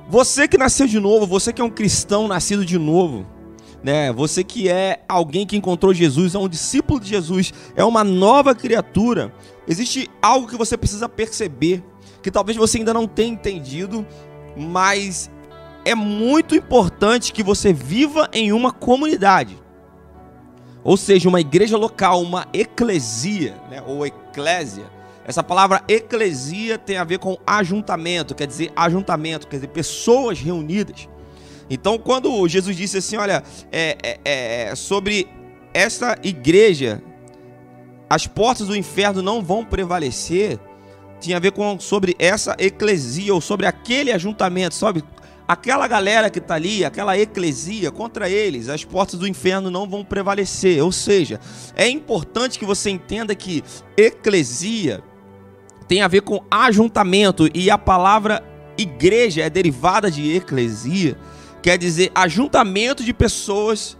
Você que nasceu de novo, você que é um cristão nascido de novo, né? Você que é alguém que encontrou Jesus, é um discípulo de Jesus, é uma nova criatura. Existe algo que você precisa perceber, que talvez você ainda não tenha entendido, mas é muito importante que você viva em uma comunidade. Ou seja, uma igreja local, uma eclesia, né? Ou eclésia. Essa palavra eclesia tem a ver com ajuntamento, quer dizer pessoas reunidas. Então, quando Jesus disse assim, olha, sobre essa igreja, as portas do inferno não vão prevalecer, tinha a ver sobre essa eclesia, ou sobre aquele ajuntamento, sabe? Aquela galera que está ali, aquela eclesia, contra eles, as portas do inferno não vão prevalecer. Ou seja, é importante que você entenda que eclesia tem a ver com ajuntamento, e a palavra igreja é derivada de eclesia, quer dizer ajuntamento de pessoas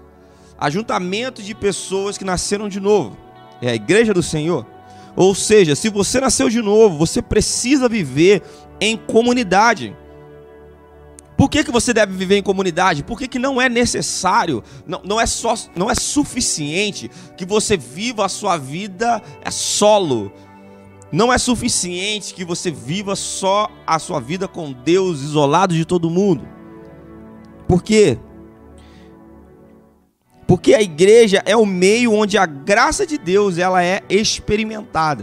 que nasceram de novo. É a igreja do Senhor. Ou seja, se você nasceu de novo, você precisa viver em comunidade. Por que você deve viver em comunidade? Porque não é necessário, não é suficiente que você viva a sua vida solo. Não é suficiente que você viva só a sua vida com Deus, isolado de todo mundo. Por quê? Porque a igreja é o meio onde a graça de Deus ela é experimentada.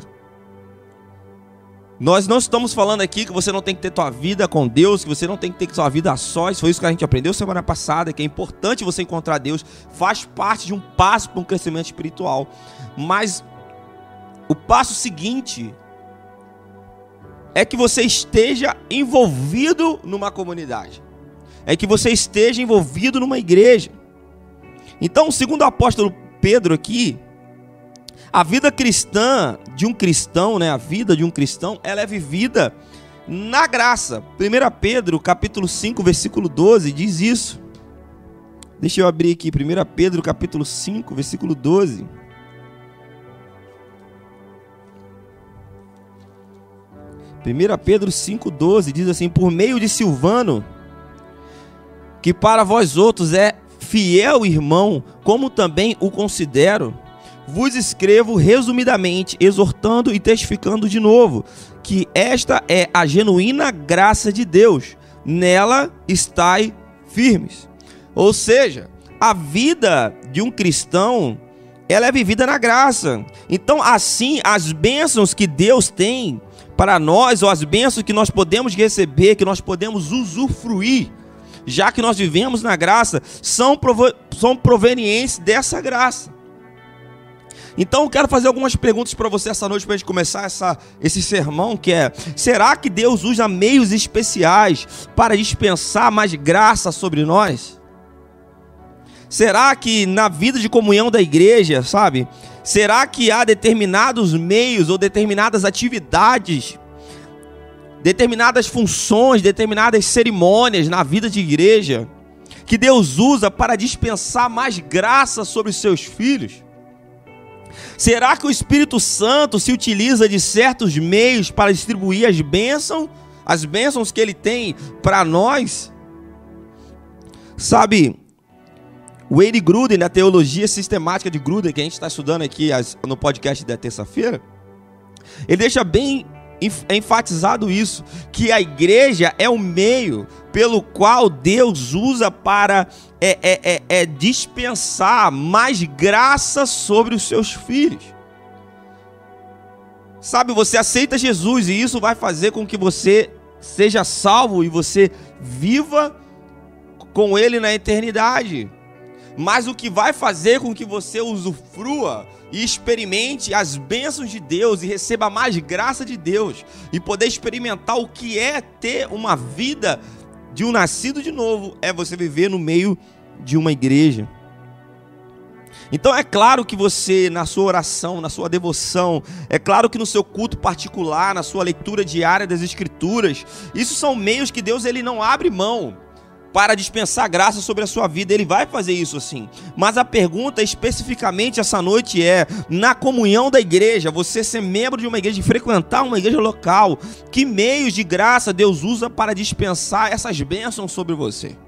Nós não estamos falando aqui que você não tem que ter tua vida com Deus, que você não tem que ter sua vida a sós. Foi isso que a gente aprendeu semana passada, que é importante você encontrar Deus, faz parte de um passo para um crescimento espiritual. Mas o passo seguinte é que você esteja envolvido numa comunidade, é que você esteja envolvido numa igreja. Então, segundo o apóstolo Pedro aqui, a vida cristã de um cristão, né, a vida de um cristão, ela é vivida na graça. 1 Pedro, capítulo 5, versículo 12, diz isso. Deixa eu abrir aqui, 1 Pedro, capítulo 5, versículo 12. Pedro 5,12 diz assim: por meio de Silvano, que para vós outros é fiel irmão, como também o considero, vos escrevo resumidamente, exortando e testificando de novo, que esta é a genuína graça de Deus, nela estai firmes. Ou seja, a vida de um cristão, ela é vivida na graça. Então, assim, as bênçãos que Deus tem para nós, ou as bênçãos que nós podemos receber, que nós podemos usufruir, já que nós vivemos na graça, são provenientes dessa graça. Então eu quero fazer algumas perguntas para você essa noite, para a gente começar esse sermão, que é: será que Deus usa meios especiais para dispensar mais graça sobre nós? Será que na vida de comunhão da igreja, sabe? Será que há determinados meios ou determinadas atividades, determinadas funções, determinadas cerimônias na vida de igreja que Deus usa para dispensar mais graça sobre os seus filhos? Será que o Espírito Santo se utiliza de certos meios para distribuir as bênçãos que Ele tem para nós? Sabe, Wayne Grudem, da teologia sistemática de Grudem, que a gente está estudando aqui no podcast da terça-feira, ele deixa bem enfatizado isso, que a igreja é o meio pelo qual Deus usa para dispensar mais graça sobre os seus filhos. Sabe, você aceita Jesus e isso vai fazer com que você seja salvo e você viva com Ele na eternidade. Mas o que vai fazer com que você usufrua e experimente as bênçãos de Deus e receba mais graça de Deus e poder experimentar o que é ter uma vida de um nascido de novo, é você viver no meio de uma igreja. Então é claro que você, na sua oração, na sua devoção, é claro que no seu culto particular, na sua leitura diária das Escrituras, isso são meios que Deus ele não abre mão para dispensar graça sobre a sua vida. Ele vai fazer isso sim. Mas a pergunta especificamente essa noite é: na comunhão da igreja, você ser membro de uma igreja, de frequentar uma igreja local, que meios de graça Deus usa para dispensar essas bênçãos sobre você?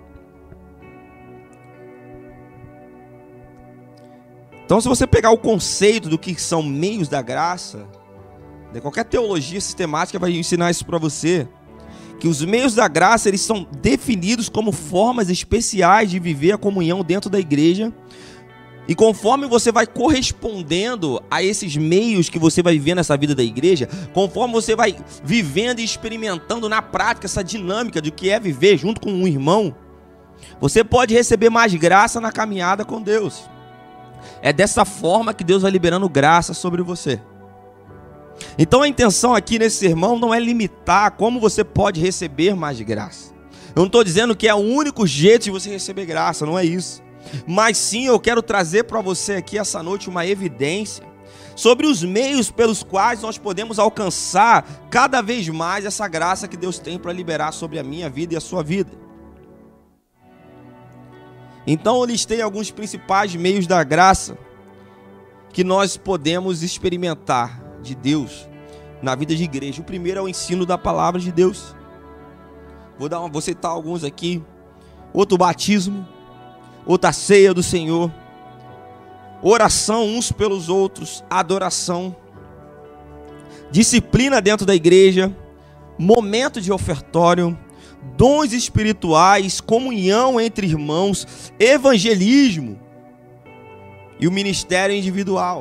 Então, se você pegar o conceito do que são meios da graça, qualquer teologia sistemática vai ensinar isso para você, que os meios da graça, eles são definidos como formas especiais de viver a comunhão dentro da igreja, e conforme você vai correspondendo a esses meios que você vai viver nessa vida da igreja, conforme você vai vivendo e experimentando na prática essa dinâmica de que é viver junto com um irmão, você pode receber mais graça na caminhada com Deus. É dessa forma que Deus vai liberando graça sobre você. Então a intenção aqui nesse sermão não é limitar como você pode receber mais graça. Eu não estou dizendo que é o único jeito de você receber graça, não é isso. Mas sim, eu quero trazer para você aqui essa noite uma evidência sobre os meios pelos quais nós podemos alcançar cada vez mais essa graça que Deus tem para liberar sobre a minha vida e a sua vida. Então eu listei alguns principais meios da graça que nós podemos experimentar de Deus na vida de igreja. O primeiro é o ensino da palavra de Deus. Vou citar alguns aqui. Outro, batismo. Outra, ceia do Senhor. Oração uns pelos outros. Adoração. Disciplina dentro da igreja. Momento de ofertório. Dons espirituais, comunhão entre irmãos, evangelismo e o ministério individual.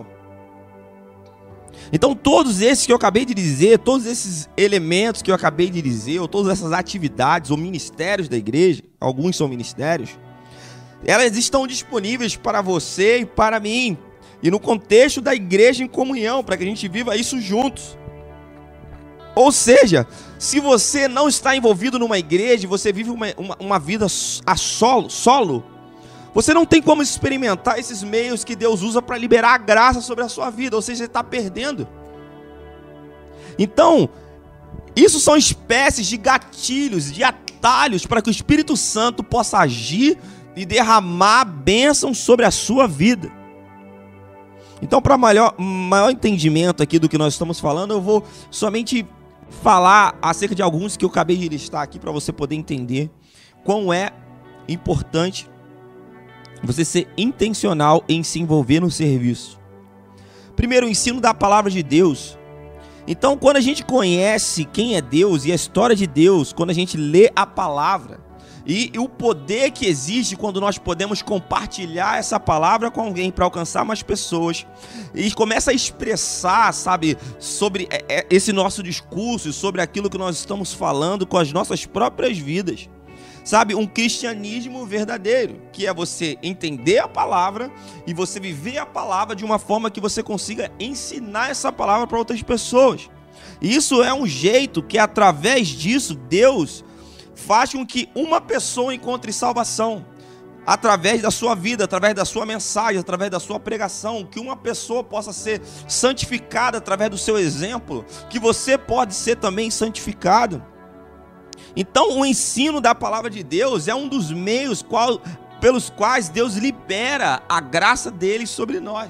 Então todos esses que eu acabei de dizer, todos esses elementos que eu acabei de dizer, ou todas essas atividades ou ministérios da igreja, alguns são ministérios, elas estão disponíveis para você e para mim, e no contexto da igreja em comunhão, para que a gente viva isso juntos. Ou seja, se você não está envolvido numa igreja, você vive uma vida a solo, você não tem como experimentar esses meios que Deus usa para liberar a graça sobre a sua vida, ou seja, você está perdendo. Então, isso são espécies de gatilhos, de atalhos para que o Espírito Santo possa agir e derramar bênçãos sobre a sua vida. Então, para maior entendimento aqui do que nós estamos falando, eu vou somente falar acerca de alguns que eu acabei de listar aqui para você poder entender quão é importante você ser intencional em se envolver no serviço. Primeiro, o ensino da palavra de Deus. Então, quando a gente conhece quem é Deus e a história de Deus, quando a gente lê a palavra e o poder que existe quando nós podemos compartilhar essa palavra com alguém para alcançar mais pessoas, e começa a expressar, sabe, sobre esse nosso discurso, sobre aquilo que nós estamos falando com as nossas próprias vidas. Sabe, um cristianismo verdadeiro, que é você entender a palavra e você viver a palavra de uma forma que você consiga ensinar essa palavra para outras pessoas. E isso é um jeito que, através disso, Deus faz com que uma pessoa encontre salvação. Através da sua vida, através da sua mensagem, através da sua pregação, que uma pessoa possa ser santificada através do seu exemplo, que você pode ser também santificado. Então, o ensino da palavra de Deus é um dos meios pelos quais Deus libera a graça dele sobre nós.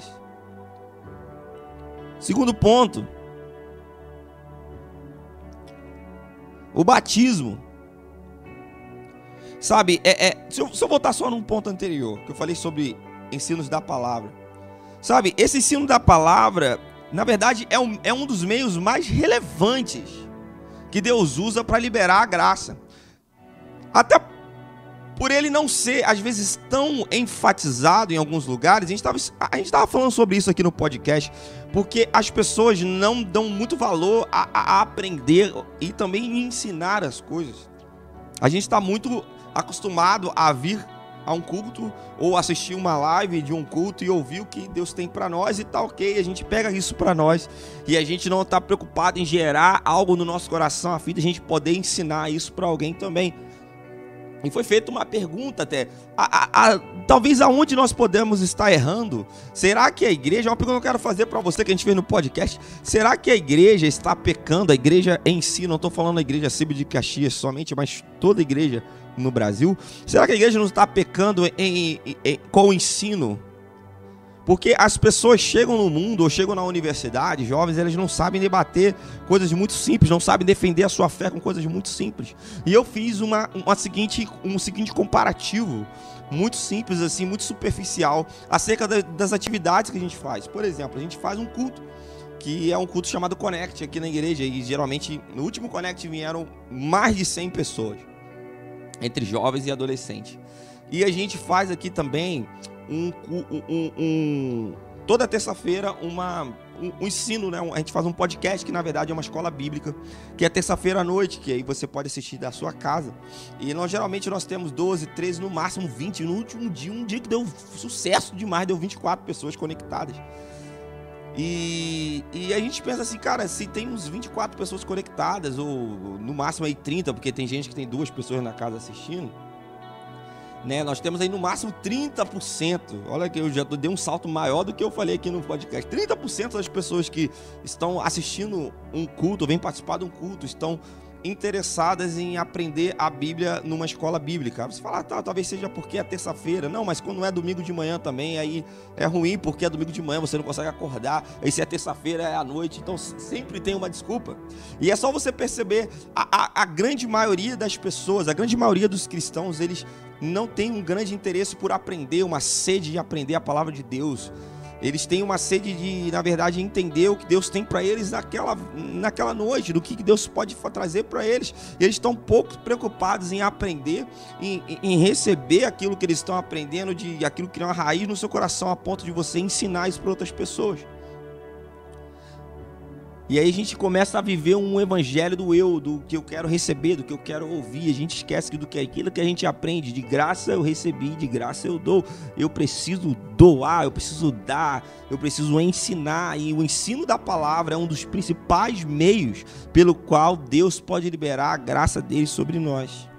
Segundo ponto, o batismo. Sabe, se eu voltar só num ponto anterior, que eu falei sobre ensinos da palavra. Sabe, esse ensino da palavra, na verdade, é um dos meios mais relevantes que Deus usa para liberar a graça. Até por ele não ser, às vezes, tão enfatizado em alguns lugares. A gente estava falando sobre isso aqui no podcast, porque as pessoas não dão muito valor a aprender e também ensinar as coisas. A gente está muito acostumado a vir a um culto ou assistir uma live de um culto e ouvir o que Deus tem para nós e tá ok, a gente pega isso para nós e a gente não está preocupado em gerar algo no nosso coração a fim de a gente poder ensinar isso para alguém também. E foi feita uma pergunta até, talvez aonde nós podemos estar errando. Será que a igreja, é uma pergunta que eu quero fazer para você, que a gente fez no podcast, será que a igreja está pecando, a igreja em si, não estou falando da igreja CIB de Caxias somente, mas toda a igreja no Brasil, será que a igreja não está pecando com o ensino? Porque as pessoas chegam no mundo, ou chegam na universidade, jovens, elas não sabem debater coisas muito simples, não sabem defender a sua fé com coisas muito simples. E eu fiz um seguinte comparativo, muito simples, assim, muito superficial, acerca das atividades que a gente faz. Por exemplo, a gente faz um culto, que é um culto chamado Connect aqui na igreja, e geralmente no último Connect vieram mais de 100 pessoas, entre jovens e adolescentes. E a gente faz aqui também toda terça-feira um ensino, né? A gente faz um podcast que na verdade é uma escola bíblica, que é terça-feira à noite, que aí você pode assistir da sua casa. E geralmente nós temos 12, 13, no máximo 20. No último dia, um dia que deu sucesso demais, deu 24 pessoas conectadas. E a gente pensa assim, cara, se tem uns 24 pessoas conectadas, ou no máximo aí 30, porque tem gente que tem 2 pessoas na casa assistindo, né? Nós temos aí no máximo 30%. Olha que eu já dei um salto maior do que eu falei aqui no podcast. 30% das pessoas que estão assistindo um culto, vêm participar de um culto, estão interessadas em aprender a Bíblia numa escola bíblica. Você fala, talvez seja porque é terça-feira. Não, mas quando é domingo de manhã também, aí é ruim, porque é domingo de manhã, você não consegue acordar. Aí se é terça-feira, é à noite. Então sempre tem uma desculpa. E é só você perceber, a grande maioria das pessoas, a grande maioria dos cristãos, eles não têm um grande interesse por aprender, uma sede de aprender a palavra de Deus. Eles têm uma sede de, na verdade, entender o que Deus tem para eles naquela noite, do que Deus pode trazer para eles. Eles estão pouco preocupados em aprender, em receber aquilo que eles estão aprendendo, aquilo que é uma raiz no seu coração, a ponto de você ensinar isso para outras pessoas. E aí a gente começa a viver um evangelho do que eu quero receber, do que eu quero ouvir. A gente esquece do que é aquilo que a gente aprende. De graça eu recebi, de graça eu dou. Eu preciso doar, eu preciso dar, eu preciso ensinar. E o ensino da palavra é um dos principais meios pelo qual Deus pode liberar a graça dele sobre nós.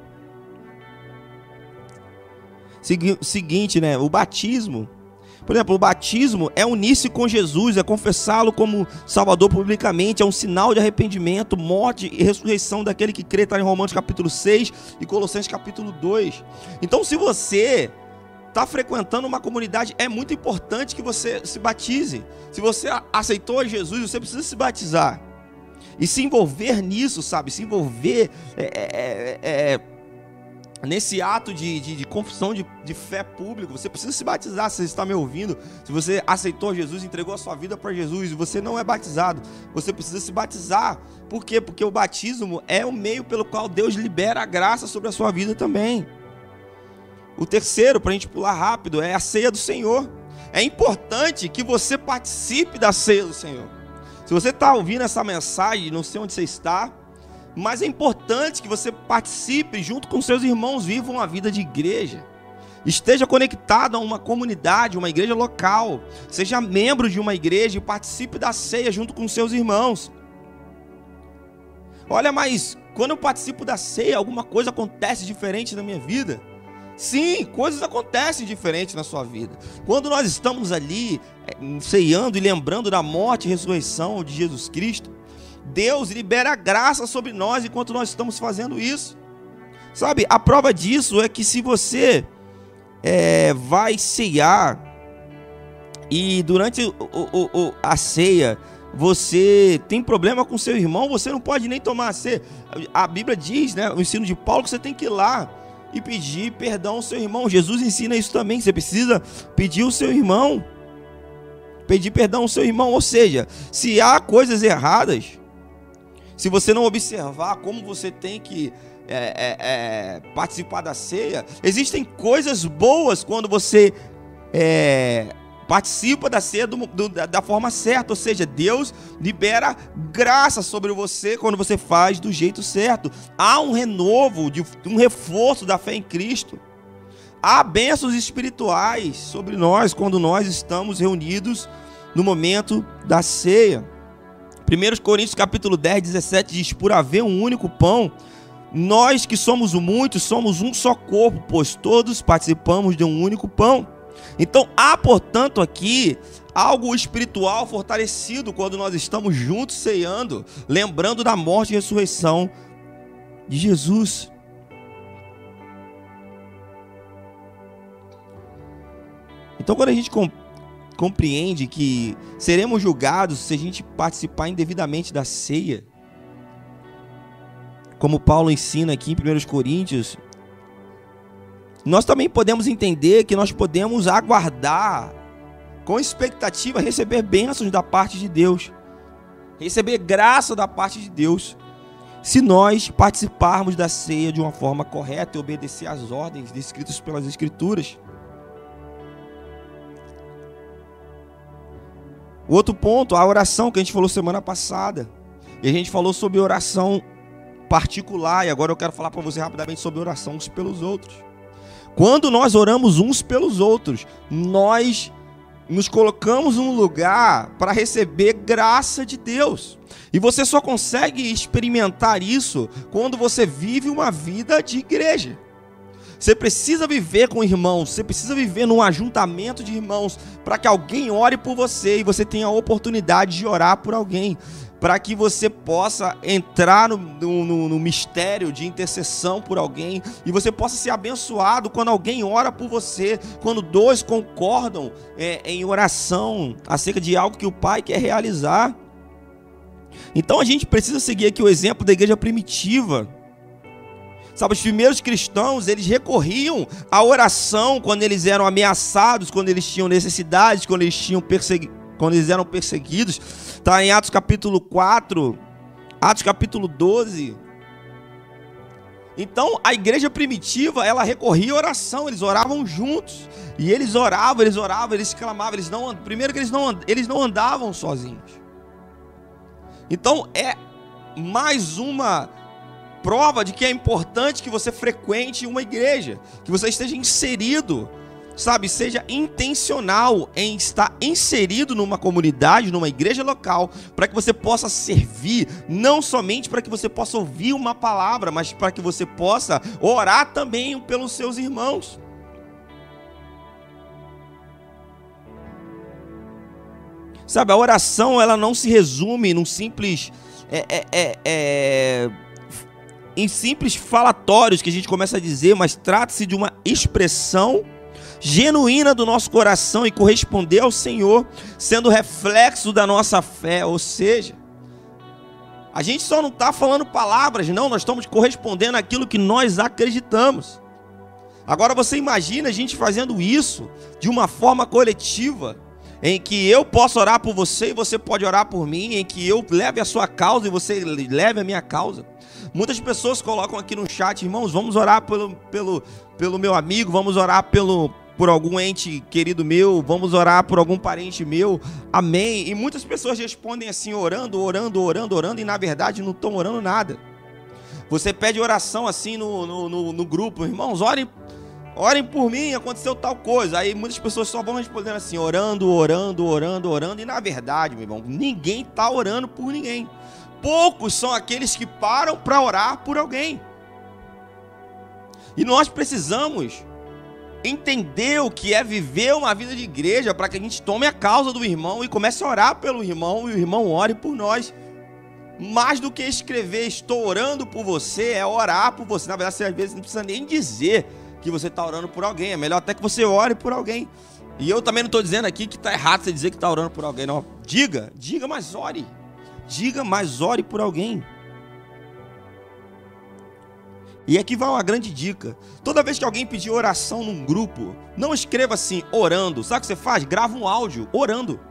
Seguinte, né? O batismo. Por exemplo, o batismo é unir-se com Jesus, é confessá-lo como Salvador publicamente, é um sinal de arrependimento, morte e ressurreição daquele que crê, está em Romanos capítulo 6 e Colossenses capítulo 2. Então, se você está frequentando uma comunidade, é muito importante que você se batize. Se você aceitou Jesus, você precisa se batizar. E se envolver nisso, sabe? Se envolver nesse ato de confissão de fé público. Você precisa se batizar. Se você está me ouvindo, se você aceitou Jesus, entregou a sua vida para Jesus e você não é batizado, você precisa se batizar. Por quê? Porque o batismo é o meio pelo qual Deus libera a graça sobre a sua vida também. O terceiro, para a gente pular rápido, é a ceia do Senhor. É importante que você participe da ceia do Senhor. Se você está ouvindo essa mensagem, não sei onde você está, mas é importante que você participe junto com seus irmãos, vivam uma vida de igreja. Esteja conectado a uma comunidade, uma igreja local. Seja membro de uma igreja e participe da ceia junto com seus irmãos. Olha, mas quando eu participo da ceia, alguma coisa acontece diferente na minha vida? Sim, coisas acontecem diferentes na sua vida. Quando nós estamos ali ceando e lembrando da morte e ressurreição de Jesus Cristo, Deus libera a graça sobre nós enquanto nós estamos fazendo isso. Sabe, a prova disso é que se você vai ceiar e durante a ceia você tem problema com seu irmão, você não pode nem tomar a ceia. A Bíblia diz, né, o ensino de Paulo, que você tem que ir lá e pedir perdão ao seu irmão. Jesus ensina isso também, você precisa pedir ao seu irmão, pedir perdão ao seu irmão. Ou seja, se há coisas erradas, se você não observar como você tem que participar da ceia, existem coisas boas quando você participa da ceia da forma certa. Ou seja, Deus libera graça sobre você quando você faz do jeito certo. Há um renovo, um reforço da fé em Cristo. Há bênçãos espirituais sobre nós quando nós estamos reunidos no momento da ceia. 1 Coríntios capítulo 10, 17 diz: por haver um único pão, Nós que somos muitos, somos um só corpo, pois todos participamos de um único pão. Então há, portanto, aqui algo espiritual fortalecido quando nós estamos juntos ceando, lembrando da morte e ressurreição de Jesus. Então, quando a gente compreende que seremos julgados se a gente participar indevidamente da ceia, como Paulo ensina aqui em 1 Coríntios, nós também podemos entender que nós podemos aguardar com expectativa receber bênçãos da parte de Deus, receber graça da parte de Deus, se nós participarmos da ceia de uma forma correta e obedecer às ordens descritas pelas Escrituras. O outro ponto, a oração que a gente falou semana passada, e a gente falou sobre oração particular, e agora eu quero falar para você rapidamente sobre oração uns pelos outros. Quando nós oramos uns pelos outros, nós nos colocamos num lugar para receber graça de Deus. E você só consegue experimentar isso quando você vive uma vida de igreja. Você precisa viver com irmãos, você precisa viver num ajuntamento de irmãos para que alguém ore por você e você tenha a oportunidade de orar por alguém, para que você possa entrar no mistério de intercessão por alguém e você possa ser abençoado quando alguém ora por você, quando dois concordam em oração acerca de algo que o Pai quer realizar. Então a gente precisa seguir aqui o exemplo da igreja primitiva. Sabe, os primeiros cristãos, eles recorriam à oração quando eles eram ameaçados, quando eles tinham necessidades, quando eles eram perseguidos. Está em Atos capítulo 4, Atos capítulo 12. Então, a igreja primitiva, ela recorria à oração, eles oravam juntos. E eles oravam, eles clamavam, primeiro que eles não andavam sozinhos. Então, é mais uma prova de que é importante que você frequente uma igreja, que você esteja inserido, sabe, seja intencional em estar inserido numa comunidade, numa igreja local, para que você possa servir, não somente para que você possa ouvir uma palavra, mas para que você possa orar também pelos seus irmãos. Sabe, a oração, ela não se resume num simples em simples falatórios que a gente começa a dizer, mas trata-se de uma expressão genuína do nosso coração e corresponder ao Senhor, sendo reflexo da nossa fé. Ou seja, a gente só não está falando palavras, não, nós estamos correspondendo àquilo que nós acreditamos. Agora você imagina a gente fazendo isso de uma forma coletiva, em que eu posso orar por você e você pode orar por mim, em que eu leve a sua causa e você leve a minha causa. Muitas pessoas colocam aqui no chat, irmãos, vamos orar pelo meu amigo, vamos orar por algum ente querido meu, vamos orar por algum parente meu, amém. E muitas pessoas respondem assim, orando, e na verdade não estão orando nada. Você pede oração assim no grupo, irmãos, orem por mim, aconteceu tal coisa. Aí muitas pessoas só vão respondendo assim, orando, e na verdade, meu irmão, ninguém está orando por ninguém. Poucos são aqueles que param para orar por alguém. E nós precisamos entender o que é viver uma vida de igreja para que a gente tome a causa do irmão e comece a orar pelo irmão e o irmão ore por nós. Mais do que escrever, estou orando por você, é orar por você. Na verdade, você às vezes não precisa nem dizer que você está orando por alguém. É melhor até que você ore por alguém. E eu também não estou dizendo aqui que está errado você dizer que está orando por alguém. Não, diga, mas ore. Diga, mas ore por alguém. E aqui vai uma grande dica. Toda vez que alguém pedir oração num grupo, não escreva assim, orando. Sabe o que você faz? Grava um áudio, orando.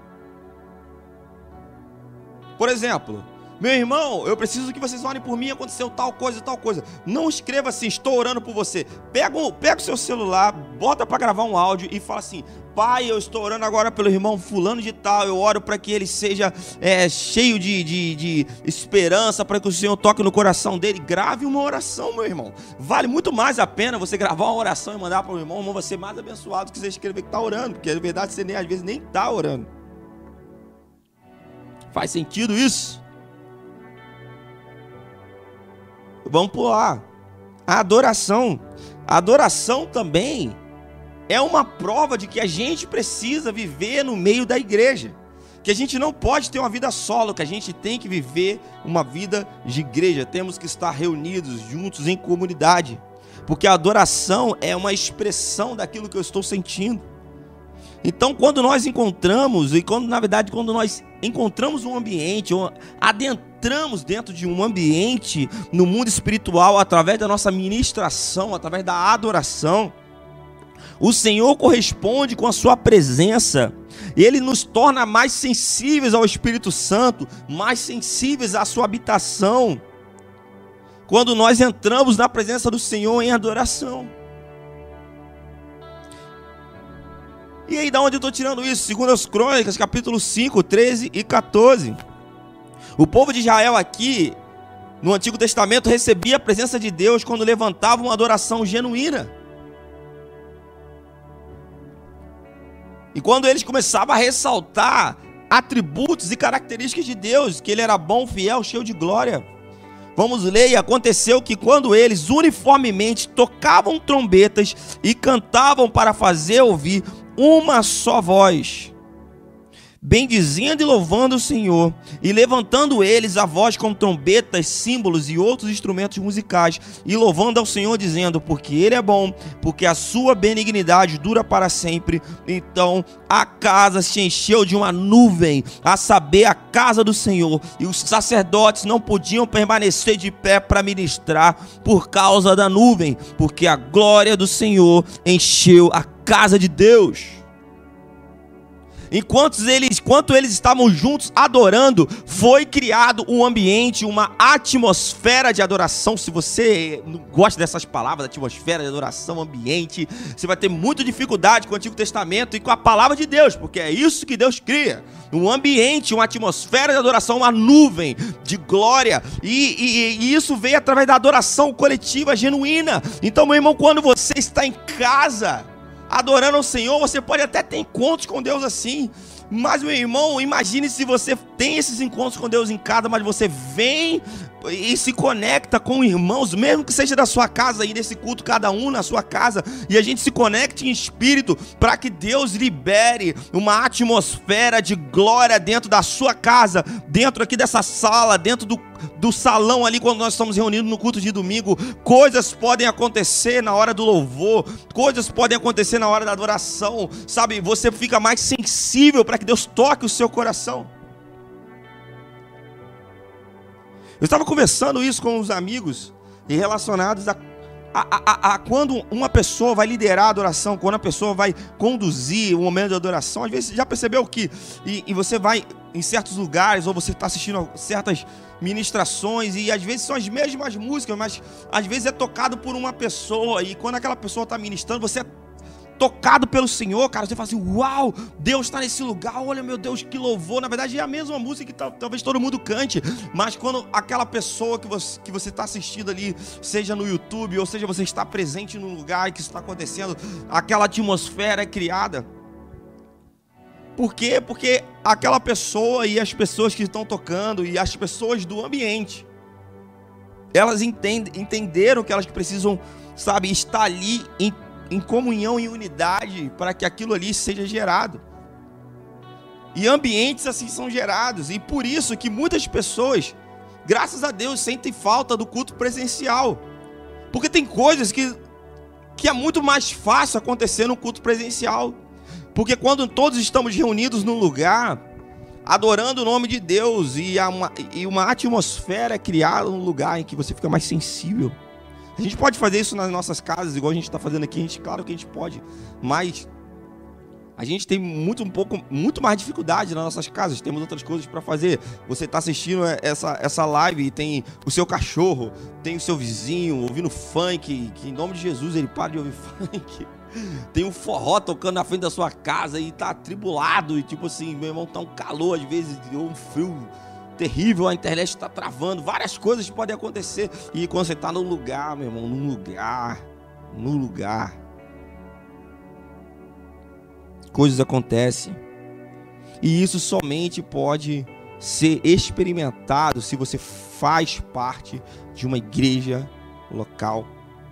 Por exemplo, meu irmão, eu preciso que vocês orem por mim, aconteceu tal coisa. Não escreva assim, estou orando por você. Pega o seu celular, bota para gravar um áudio e fala assim, Pai, eu estou orando agora pelo irmão fulano de tal, eu oro para que ele seja cheio de esperança, para que o Senhor toque no coração dele. Grave uma oração, meu irmão. Vale muito mais a pena você gravar uma oração e mandar para o irmão vai ser mais abençoado do que você escrever que está orando, porque na verdade você às vezes nem está orando. Faz sentido isso? Vamos pular. A adoração. A adoração também é uma prova de que a gente precisa viver no meio da igreja. Que a gente não pode ter uma vida solo, que a gente tem que viver uma vida de igreja. Temos que estar reunidos, juntos, em comunidade. Porque a adoração é uma expressão daquilo que eu estou sentindo. Então, quando nós encontramos, quando nós encontramos um ambiente, ou adentramos dentro de um ambiente no mundo espiritual, através da nossa ministração, através da adoração, o Senhor corresponde com a sua presença. Ele nos torna mais sensíveis ao Espírito Santo, mais sensíveis à sua habitação, quando nós entramos na presença do Senhor em adoração. E aí, da onde eu estou tirando isso? Segundo as Crônicas, capítulo 5, 13 e 14. O povo de Israel aqui, no Antigo Testamento, recebia a presença de Deus quando levantava uma adoração genuína. E quando eles começavam a ressaltar atributos e características de Deus, que Ele era bom, fiel, cheio de glória. Vamos ler, e aconteceu que quando eles uniformemente tocavam trombetas e cantavam para fazer ouvir uma só voz, bendizendo e louvando o Senhor, e levantando eles a voz com trombetas, símbolos e outros instrumentos musicais, e louvando ao Senhor, dizendo: porque Ele é bom, porque a sua benignidade dura para sempre. Então a casa se encheu de uma nuvem, a saber, a casa do Senhor, e os sacerdotes não podiam permanecer de pé para ministrar por causa da nuvem, porque a glória do Senhor encheu a casa de Deus. Enquanto eles estavam juntos adorando, foi criado um ambiente, uma atmosfera de adoração. Se você não gosta dessas palavras, atmosfera de adoração, ambiente, você vai ter muita dificuldade com o Antigo Testamento e com a palavra de Deus, porque é isso que Deus cria. Um ambiente, uma atmosfera de adoração, uma nuvem de glória. E isso veio através da adoração coletiva genuína. Então, meu irmão, quando você está em casa adorando ao Senhor, você pode até ter encontros com Deus assim, mas, meu irmão, imagine se você tem esses encontros com Deus em casa, mas você vem e se conecta com irmãos, mesmo que seja da sua casa, aí nesse culto, cada um na sua casa, e a gente se conecte em espírito, para que Deus libere uma atmosfera de glória dentro da sua casa, dentro aqui dessa sala, dentro do salão ali, quando nós estamos reunidos no culto de domingo. Coisas podem acontecer na hora do louvor, coisas podem acontecer na hora da adoração, sabe? Você fica mais sensível para que Deus toque o seu coração. Eu estava conversando isso com os amigos e relacionados a quando uma pessoa vai liderar a adoração, quando a pessoa vai conduzir o momento de adoração. Às vezes você já percebeu que e você vai em certos lugares, ou você está assistindo a certas ministrações, e às vezes são as mesmas músicas, mas às vezes é tocado por uma pessoa, e quando aquela pessoa está ministrando, você é tocado pelo Senhor, cara. Você fala assim: uau, Deus está nesse lugar, olha, meu Deus, que louvor. Na verdade é a mesma música que talvez todo mundo cante, mas quando aquela pessoa que você está assistindo ali, seja no YouTube, ou seja, você está presente no lugar que isso está acontecendo, aquela atmosfera é criada. Por quê? Porque aquela pessoa e as pessoas que estão tocando e as pessoas do ambiente, elas entenderam que elas precisam, sabe, estar ali em comunhão e unidade para que aquilo ali seja gerado. E ambientes assim são gerados. E por isso que muitas pessoas, graças a Deus, sentem falta do culto presencial. Porque tem coisas que é muito mais fácil acontecer no culto presencial. Porque quando todos estamos reunidos num lugar, adorando o nome de Deus, e uma atmosfera é criada num lugar em que você fica mais sensível. A gente pode fazer isso nas nossas casas, igual a gente está fazendo aqui. Claro que a gente pode, mas a gente tem muito mais dificuldade nas nossas casas. Temos outras coisas para fazer. Você está assistindo essa live e tem o seu cachorro, tem o seu vizinho ouvindo funk, que em nome de Jesus ele para de ouvir funk. Tem um forró tocando na frente da sua casa e tá atribulado, e tipo assim, meu irmão, tá um calor às vezes, ou um frio terrível, a internet está travando, várias coisas podem acontecer. E quando você está no lugar, meu irmão, no lugar, coisas acontecem. E isso somente pode ser experimentado se você faz parte de uma igreja local.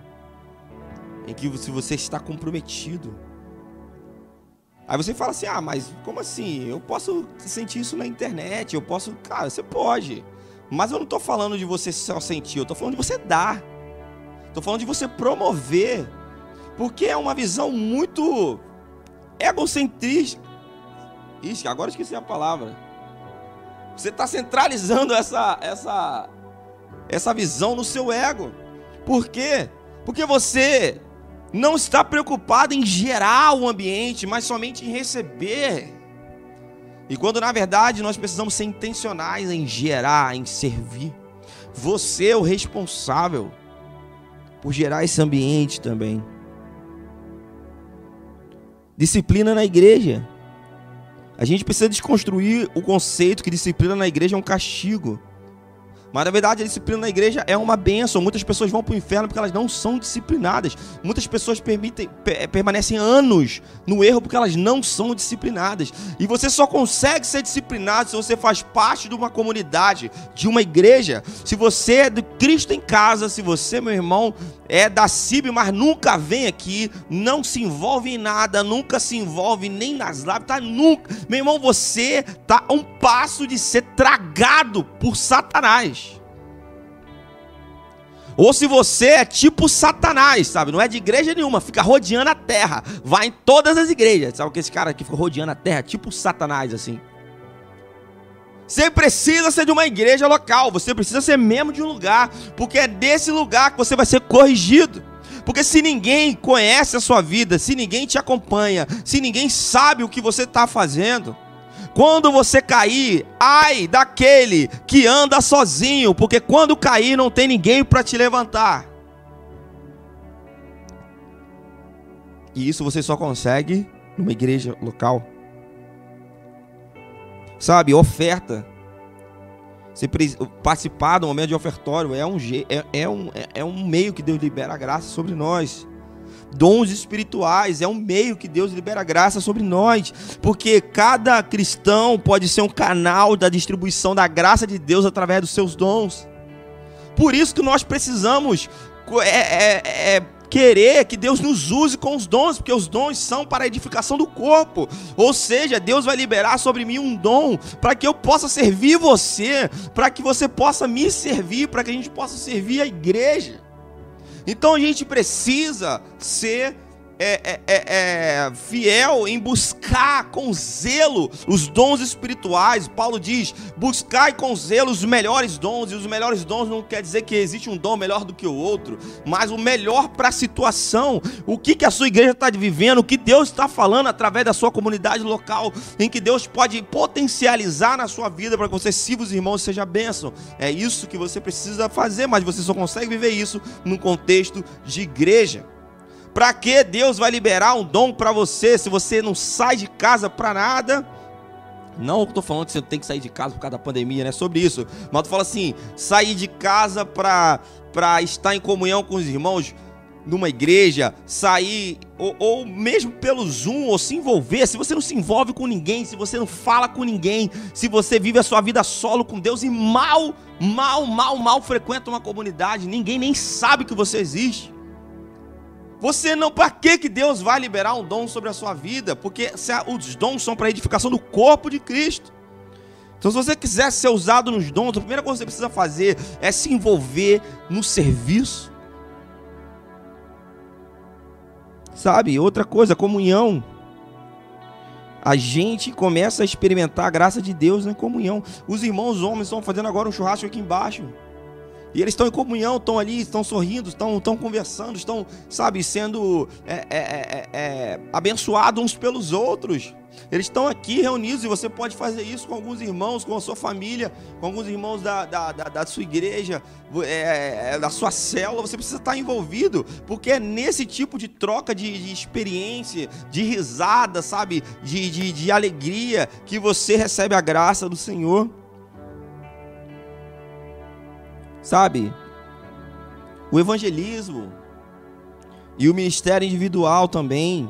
em que se você está comprometido. Aí você fala assim, mas como assim? Eu posso sentir isso na internet, eu posso... Cara, você pode. Mas eu não estou falando de você só sentir, eu estou falando de você dar. Estou falando de você promover. Porque é uma visão muito egocentrista. Ixi, agora esqueci a palavra. Você está centralizando essa visão no seu ego. Por quê? Porque você não está preocupado em gerar o ambiente, mas somente em receber. E quando na verdade nós precisamos ser intencionais em gerar, em servir. Você é o responsável por gerar esse ambiente também. Disciplina na igreja. A gente precisa desconstruir o conceito que disciplina na igreja é um castigo. Mas na verdade a disciplina na igreja é uma bênção. Muitas pessoas vão para o inferno porque elas não são disciplinadas. Muitas pessoas permanecem anos no erro porque elas não são disciplinadas. E você só consegue ser disciplinado se você faz parte de uma comunidade, de uma igreja. Se você é de Cristo em casa, se você, meu irmão, é da CIB, mas nunca vem aqui, não se envolve em nada, nunca se envolve nem nas lives, tá nunca. Meu irmão, você tá a um passo de ser tragado por Satanás. Ou se você é tipo Satanás, sabe? Não é de igreja nenhuma, fica rodeando a terra, vai em todas as igrejas. Sabe que esse cara aqui fica rodeando a terra, tipo Satanás, assim. Você precisa ser de uma igreja local, você precisa ser membro de um lugar, porque é desse lugar que você vai ser corrigido. Porque se ninguém conhece a sua vida, se ninguém te acompanha, se ninguém sabe o que você está fazendo, quando você cair, ai daquele que anda sozinho, porque quando cair não tem ninguém para te levantar. E isso você só consegue numa igreja local. Sabe, oferta. Você participar do momento de ofertório é um meio que Deus libera a graça sobre nós. Dons espirituais é um meio que Deus libera a graça sobre nós. Porque cada cristão pode ser um canal da distribuição da graça de Deus através dos seus dons. Por isso que nós precisamos querer que Deus nos use com os dons, porque os dons são para a edificação do corpo. Ou seja, Deus vai liberar sobre mim um dom para que eu possa servir você, para que você possa me servir, para que a gente possa servir a igreja. Então a gente precisa ser fiel em buscar com zelo os dons espirituais. Paulo diz, buscai com zelo os melhores dons, e os melhores dons não quer dizer que existe um dom melhor do que o outro, mas o melhor para a situação, o que a sua igreja está vivendo, o que Deus está falando através da sua comunidade local, em que Deus pode potencializar na sua vida para que você sirva os irmãos e seja bênção. É isso que você precisa fazer, mas você só consegue viver isso num contexto de igreja. Para que Deus vai liberar um dom para você se você não sai de casa para nada? Não estou falando que você tem que sair de casa por causa da pandemia, não é sobre isso. Mas tu fala assim, sair de casa para estar em comunhão com os irmãos numa igreja, sair, ou mesmo pelo Zoom, ou se envolver. Se você não se envolve com ninguém, se você não fala com ninguém, se você vive a sua vida solo com Deus e mal frequenta uma comunidade, ninguém nem sabe que você existe. Você não, para que Deus vai liberar um dom sobre a sua vida? Porque os dons são para a edificação do corpo de Cristo. Então, se você quiser ser usado nos dons, a primeira coisa que você precisa fazer é se envolver no serviço. Sabe, outra coisa, comunhão. A gente começa a experimentar a graça de Deus na comunhão. Os irmãos homens estão fazendo agora um churrasco aqui embaixo. E eles estão em comunhão, estão ali, estão sorrindo, estão conversando, estão, sabe, sendo abençoados uns pelos outros. Eles estão aqui reunidos e você pode fazer isso com alguns irmãos, com a sua família, com alguns irmãos da sua igreja, da sua célula. Você precisa estar envolvido, porque é nesse tipo de troca de experiência, de risada, sabe, de alegria, que você recebe a graça do Senhor. Sabe, o evangelismo e o ministério individual também,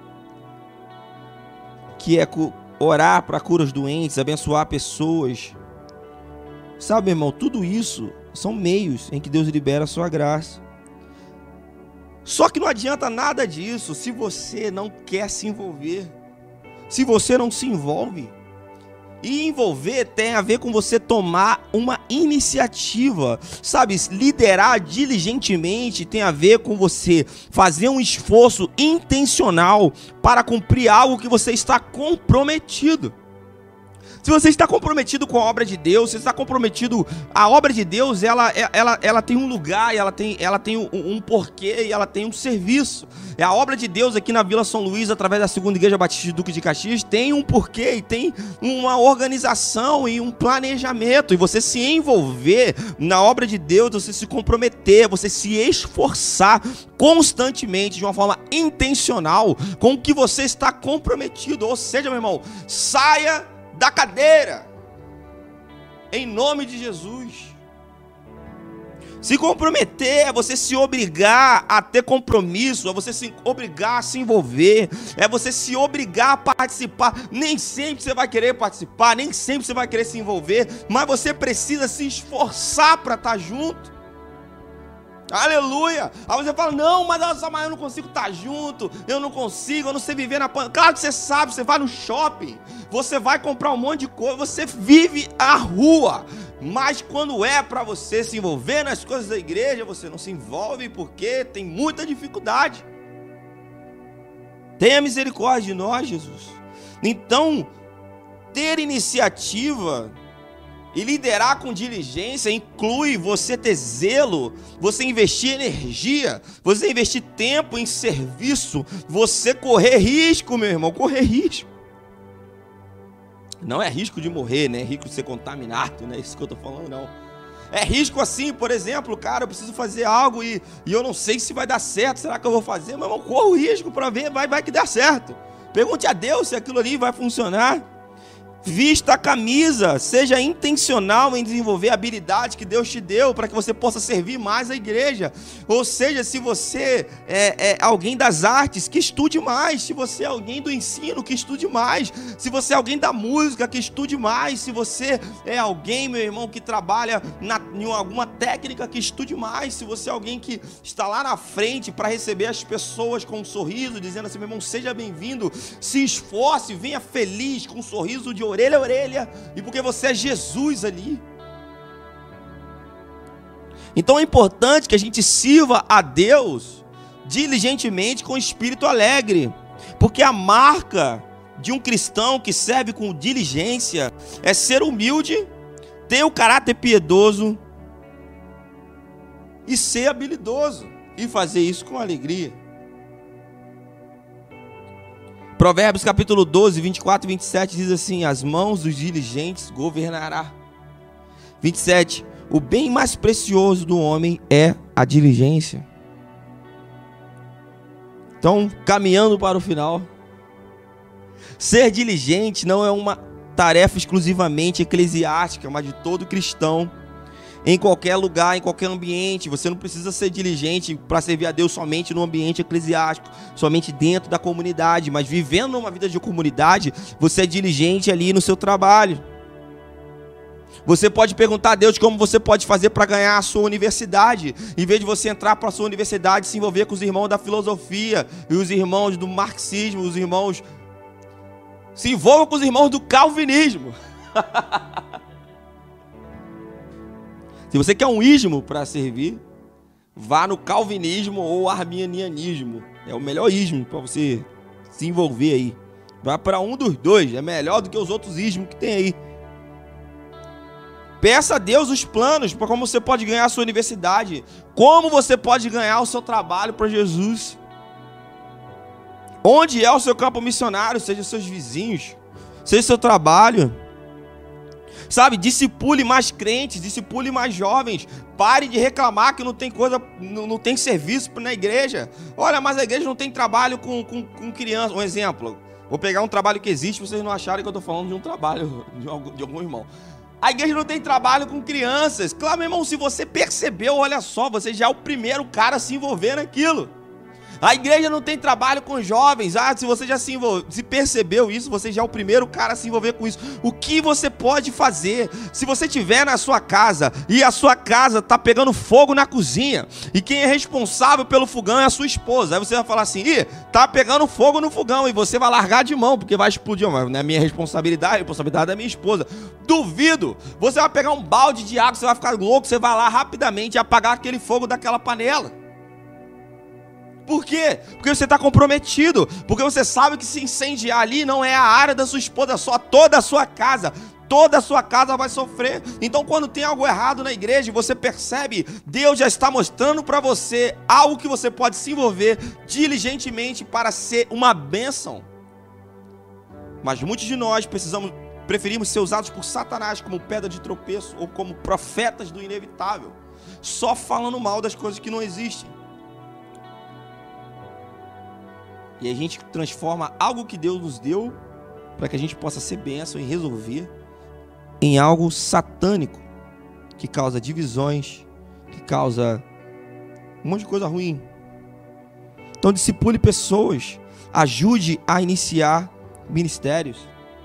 que é orar para curar os doentes, abençoar pessoas. Sabe, meu irmão, tudo isso são meios em que Deus libera a sua graça. Só que não adianta nada disso se você não quer se envolver, se você não se envolve. E envolver tem a ver com você tomar uma iniciativa, sabe? Liderar diligentemente tem a ver com você fazer um esforço intencional para cumprir algo que você está comprometido. Se você está comprometido com a obra de Deus, você está comprometido, a obra de Deus, ela tem um lugar, ela tem um porquê e ela tem um serviço. A obra de Deus aqui na Vila São Luís, através da Segunda Igreja Batista de Duque de Caxias, tem um porquê e tem uma organização e um planejamento. E você se envolver na obra de Deus, você se comprometer, você se esforçar constantemente, de uma forma intencional, com o que você está comprometido. Ou seja, meu irmão, saia da cadeira, em nome de Jesus. Se comprometer é você se obrigar a ter compromisso, é você se obrigar a se envolver, é você se obrigar a participar. Nem sempre você vai querer participar, nem sempre você vai querer se envolver, mas você precisa se esforçar para estar junto. Aleluia. Aí você fala, não, mas eu não consigo estar junto, eu não sei viver na pandemia. Claro que você sabe, você vai no shopping, você vai comprar um monte de coisa, você vive a rua, mas quando é para você se envolver nas coisas da igreja, você não se envolve porque tem muita dificuldade. Tenha misericórdia de nós, Jesus. Então, ter iniciativa e liderar com diligência inclui você ter zelo, você investir energia, você investir tempo em serviço, você correr risco, meu irmão, correr risco. Não é risco de morrer, né? É risco de ser contaminado, não é isso que eu tô falando, não. É risco assim, por exemplo, cara, eu preciso fazer algo e eu não sei se vai dar certo, será que eu vou fazer? Meu irmão, corro risco para ver, vai que dá certo. Pergunte a Deus se aquilo ali vai funcionar. Vista a camisa, seja intencional em desenvolver a habilidade que Deus te deu para que você possa servir mais a igreja. Ou seja, se você é alguém das artes, que estude mais. Se você é alguém do ensino, que estude mais. Se você é alguém da música, que estude mais. Se você é alguém, meu irmão, que trabalha em alguma técnica, que estude mais. Se você é alguém que está lá na frente para receber as pessoas com um sorriso, dizendo assim, meu irmão, seja bem-vindo, se esforce, venha feliz, com um sorriso de orelha a orelha, e porque você é Jesus ali. Então é importante que a gente sirva a Deus diligentemente com espírito alegre, porque a marca de um cristão que serve com diligência é ser humilde, ter o caráter piedoso e ser habilidoso, e fazer isso com alegria. Provérbios capítulo 12, 24 e 27 diz assim: as mãos dos diligentes governará. 27, o bem mais precioso do homem é a diligência. Então, caminhando para o final, ser diligente não é uma tarefa exclusivamente eclesiástica, mas de todo cristão. Em qualquer lugar, em qualquer ambiente, você não precisa ser diligente para servir a Deus somente no ambiente eclesiástico, somente dentro da comunidade, mas vivendo uma vida de comunidade, você é diligente ali no seu trabalho. Você pode perguntar a Deus como você pode fazer para ganhar a sua universidade, em vez de você entrar para a sua universidade e se envolver com os irmãos da filosofia e os irmãos do marxismo, os irmãos... Se envolva com os irmãos do calvinismo. Se você quer um ismo para servir, vá no calvinismo ou arminianismo. É o melhor ismo para você se envolver aí. Vá para um dos dois, é melhor do que os outros ismos que tem aí. Peça a Deus os planos para como você pode ganhar a sua universidade, como você pode ganhar o seu trabalho para Jesus. Onde é o seu campo missionário, seja os seus vizinhos, seja o seu trabalho. Sabe, discipule mais crentes, discipule mais jovens. Pare de reclamar que não tem coisa, não tem serviço na igreja. Olha, mas a igreja não tem trabalho com criança. Um exemplo, vou pegar um trabalho que existe, vocês não acharem que eu estou falando de um trabalho de algum irmão. A igreja não tem trabalho com crianças. Claro, meu irmão, se você percebeu, olha só, você já é o primeiro cara a se envolver naquilo. A igreja não tem trabalho com jovens. Se você já se percebeu isso, você já é o primeiro cara a se envolver com isso. O que você pode fazer? Se você estiver na sua casa e a sua casa está pegando fogo na cozinha e quem é responsável pelo fogão é a sua esposa, aí você vai falar assim, tá pegando fogo no fogão, e você vai largar de mão, porque vai explodir. Mas não é minha responsabilidade, a responsabilidade é da minha esposa. Duvido. Você vai pegar um balde de água, você vai ficar louco, você vai lá rapidamente apagar aquele fogo daquela panela. Por quê? Porque você está comprometido. Porque você sabe que se incendiar ali não é a área da sua esposa só, toda a sua casa. Toda a sua casa vai sofrer. Então quando tem algo errado na igreja e você percebe, Deus já está mostrando para você algo que você pode se envolver diligentemente para ser uma bênção. Mas muitos de nós preferimos ser usados por Satanás como pedra de tropeço ou como profetas do inevitável, só falando mal das coisas que não existem. E a gente transforma algo que Deus nos deu para que a gente possa ser bênção e resolver em algo satânico, que causa divisões, que causa um monte de coisa ruim. Então discipule pessoas, ajude a iniciar ministérios.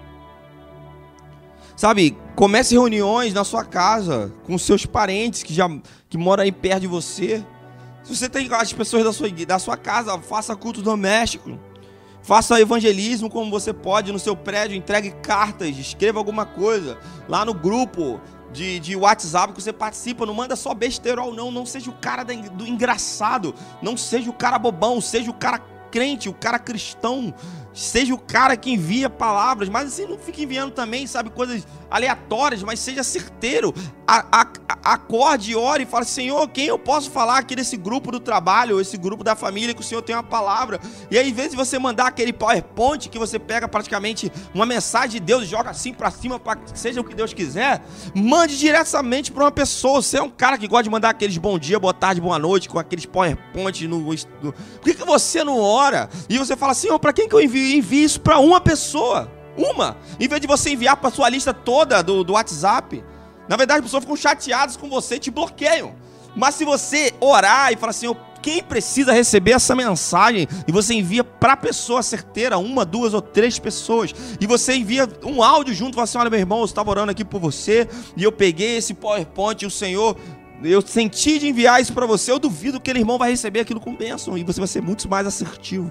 Sabe, comece reuniões na sua casa, com seus parentes que moram aí perto de você. Se você tem as pessoas da sua casa, faça culto doméstico. Faça evangelismo como você pode no seu prédio, entregue cartas, escreva alguma coisa lá no grupo de WhatsApp que você participa. Não manda só besterol, não seja o cara do engraçado, não seja o cara bobão, seja o cara crente, o cara cristão, seja o cara que envia palavras, mas assim, não fique enviando também, sabe, coisas aleatórias, mas seja certeiro. Acorde, ore e fale, Senhor, quem eu posso falar aqui desse grupo do trabalho, esse grupo da família, que o Senhor tem uma palavra. E aí, em vez de você mandar aquele PowerPoint, que você pega praticamente uma mensagem de Deus e joga assim pra cima, para que seja o que Deus quiser, mande diretamente para uma pessoa. Você é um cara que gosta de mandar aqueles bom dia, boa tarde, boa noite, com aqueles PowerPoint Por que você não ora? E você fala, Senhor, para quem que eu envio? Envie isso para uma pessoa. Em vez de você enviar para sua lista toda do WhatsApp. Na verdade, as pessoas ficam chateadas com você e te bloqueiam. Mas se você orar e falar assim, quem precisa receber essa mensagem, e você envia para a pessoa certeira, 1, 2 ou 3 pessoas, e você envia um áudio junto, fala assim, olha meu irmão, eu estava orando aqui por você, e eu peguei esse PowerPoint, e o Senhor, eu senti de enviar isso para você, eu duvido que aquele irmão vai receber aquilo com bênção, e você vai ser muito mais assertivo.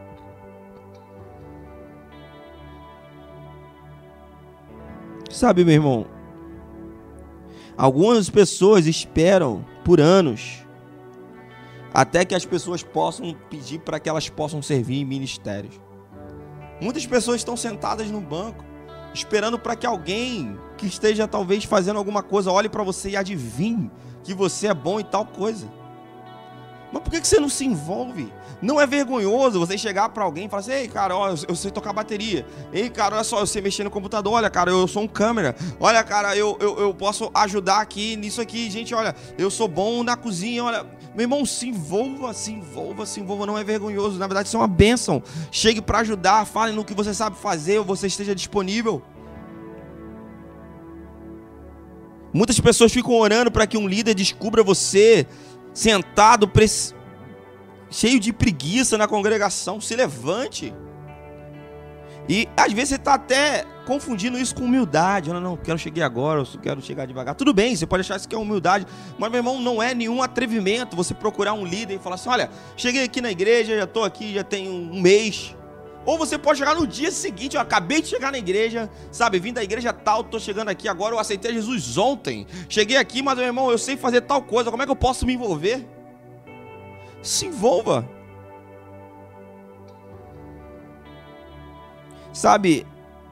Sabe, meu irmão, algumas pessoas esperam por anos até que as pessoas possam pedir para que elas possam servir em ministérios. Muitas pessoas estão sentadas no banco esperando para que alguém que esteja talvez fazendo alguma coisa olhe para você e adivinhe que você é bom em tal coisa. Mas por que você não se envolve? Não é vergonhoso você chegar para alguém e falar assim, ei, cara, ó, eu sei tocar bateria. Ei, cara, olha só, eu sei mexer no computador. Olha, cara, eu sou um câmera. Olha, cara, eu posso ajudar aqui nisso aqui. Gente, olha, eu sou bom na cozinha. Olha, meu irmão, se envolva. Não é vergonhoso. Na verdade, isso é uma bênção. Chegue para ajudar, fale no que você sabe fazer ou você esteja disponível. Muitas pessoas ficam orando para que um líder descubra você sentado, cheio de preguiça na congregação. Se levante. E às vezes você está até confundindo isso com humildade. Eu não quero chegar agora, eu quero chegar devagar. Tudo bem, você pode achar isso que é humildade, mas meu irmão, não é nenhum atrevimento você procurar um líder e falar assim, olha, cheguei aqui na igreja, já estou aqui, já tem um mês. Ou você pode chegar no dia seguinte, eu acabei de chegar na igreja, sabe, vim da igreja tal, estou chegando aqui agora, eu aceitei Jesus ontem. Cheguei aqui, mas meu irmão, eu sei fazer tal coisa, como é que eu posso me envolver? Se envolva. Sabe,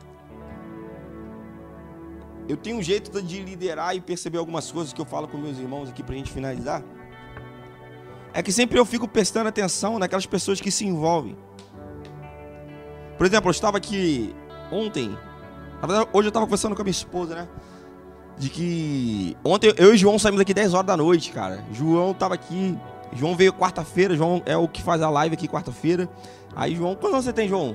eu tenho um jeito de liderar e perceber algumas coisas que eu falo com meus irmãos aqui pra gente finalizar. É que sempre eu fico prestando atenção naquelas pessoas que se envolvem. Por exemplo, eu estava aqui ontem, na verdade, hoje eu estava conversando com a minha esposa, né? De que ontem eu e o João saímos daqui 10 horas da noite, cara. João estava aqui, João veio quarta-feira, João é o que faz a live aqui quarta-feira. Aí, João, quantos anos você tem, João?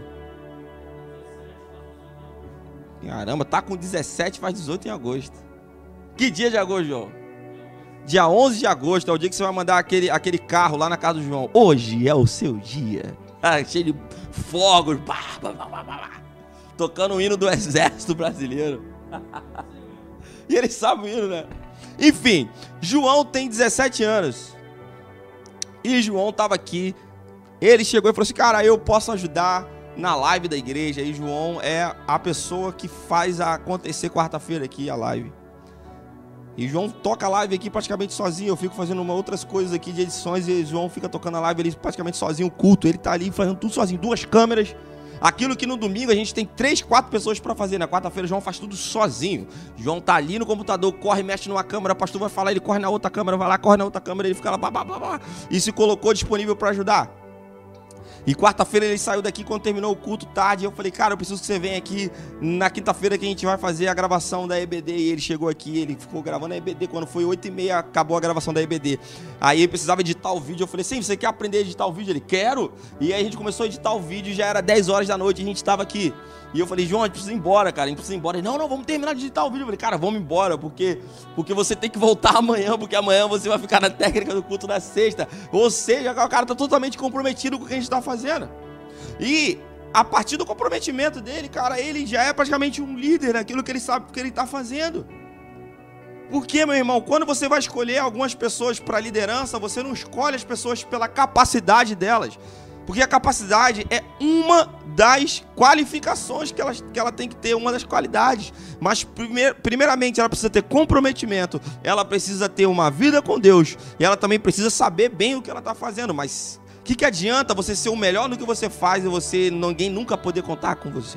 Caramba, tá com 17, faz 18 em agosto. Que dia de agosto, João? Dia 11 de agosto é o dia que você vai mandar aquele carro lá na casa do João. Hoje é o seu dia. Cheio de fogos. Tocando o hino do exército brasileiro. E eles sabem o hino, né? Enfim, João tem 17 anos. E João estava aqui. Ele chegou e falou assim, cara, eu posso ajudar na live da igreja. E João é a pessoa que faz acontecer quarta-feira aqui a live. E João toca a live aqui praticamente sozinho. Eu fico fazendo outras coisas aqui de edições e João fica tocando a live ele praticamente sozinho, o culto. Ele tá ali fazendo tudo sozinho, 2 câmeras. Aquilo que no domingo a gente tem 3, 4 pessoas para fazer. Na quarta-feira João faz tudo sozinho. João tá ali no computador, corre, mexe numa câmera, o pastor vai falar, ele corre na outra câmera, vai lá, corre na outra câmera, ele fica lá, blá, blá, blá, blá, e se colocou disponível para ajudar. E quarta-feira ele saiu daqui quando terminou o culto tarde. Eu falei, cara, eu preciso que você venha aqui na quinta-feira que a gente vai fazer a gravação da EBD. E ele chegou aqui, ele ficou gravando a EBD. Quando foi 8h30, acabou a gravação da EBD. Aí ele precisava editar o vídeo. Eu falei, sim, você quer aprender a editar o vídeo? Ele, quero. E aí a gente começou a editar o vídeo, já era 10 horas da noite e a gente estava aqui. E eu falei, João, a gente precisa ir embora, cara, a gente precisa ir embora. Ele, não, vamos terminar de editar o vídeo. Eu falei, cara, vamos embora, porque você tem que voltar amanhã, porque amanhã você vai ficar na técnica do culto da sexta. Ou seja, o cara tá totalmente comprometido com o que a gente tá fazendo. E a partir do comprometimento dele, cara, ele já é praticamente um líder naquilo que ele sabe que ele está fazendo. Porque, meu irmão, quando você vai escolher algumas pessoas para liderança, você não escolhe as pessoas pela capacidade delas. Porque a capacidade é uma das qualificações que ela tem que ter, uma das qualidades. Mas, primeiramente, ela precisa ter comprometimento, ela precisa ter uma vida com Deus, e ela também precisa saber bem o que ela está fazendo. Mas o que adianta você ser o melhor no que você faz e ninguém nunca poder contar com você?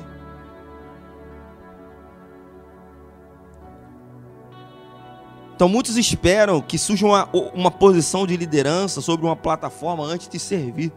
Então muitos esperam que surja uma posição de liderança sobre uma plataforma antes de servir.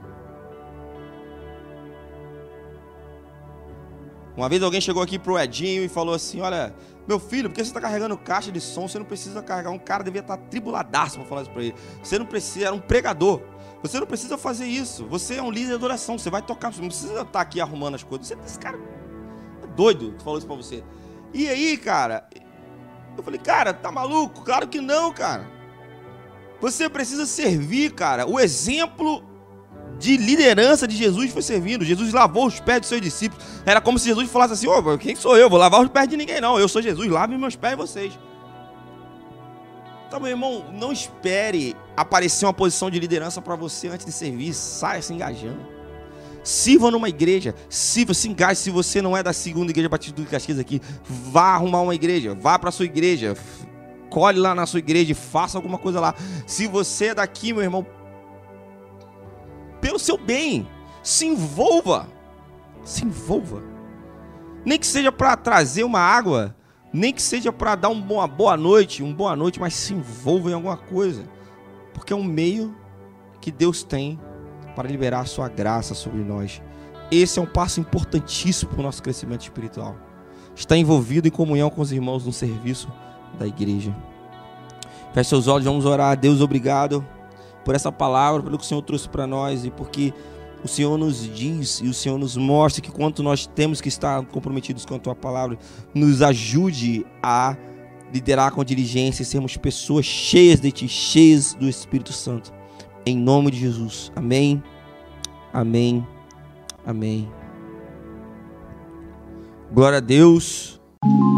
Uma vez alguém chegou aqui pro Edinho e falou assim, olha, meu filho, por que você está carregando caixa de som? Você não precisa carregar. Um cara devia estar tribuladaço para falar isso para ele. Você não precisa, era um pregador. Você não precisa fazer isso. Você é um líder de adoração. Você vai tocar. Você não precisa estar aqui arrumando as coisas. Esse cara é doido que falou isso pra você. E aí, cara, eu falei, cara, tá maluco? Claro que não, cara. Você precisa servir, cara. O exemplo de liderança de Jesus foi servindo. Jesus lavou os pés dos seus discípulos. Era como se Jesus falasse assim, ô, quem sou eu? Vou lavar os pés de ninguém, não. Eu sou Jesus, lave meus pés e vocês. Então, meu irmão, não espere aparecer uma posição de liderança para você antes de servir. Saia se engajando. Sirva numa igreja. Se engaje. Se você não é da segunda igreja Batista do Casquês aqui, vá arrumar uma igreja. Vá para a sua igreja. Colhe lá na sua igreja e faça alguma coisa lá. Se você é daqui, meu irmão, pelo seu bem, se envolva. Se envolva. Nem que seja para trazer uma água. Nem que seja para dar uma boa noite, mas se envolva em alguma coisa. Porque é um meio que Deus tem para liberar a sua graça sobre nós. Esse é um passo importantíssimo para o nosso crescimento espiritual. Estar envolvido em comunhão com os irmãos no serviço da igreja. Feche seus olhos, vamos orar. Deus, obrigado por essa palavra, pelo que o Senhor trouxe para nós e porque o Senhor nos diz e o Senhor nos mostra que quanto nós temos que estar comprometidos com a Tua palavra, nos ajude a liderar com diligência e sermos pessoas cheias de Ti, cheias do Espírito Santo. Em nome de Jesus. Amém. Amém. Amém. Glória a Deus.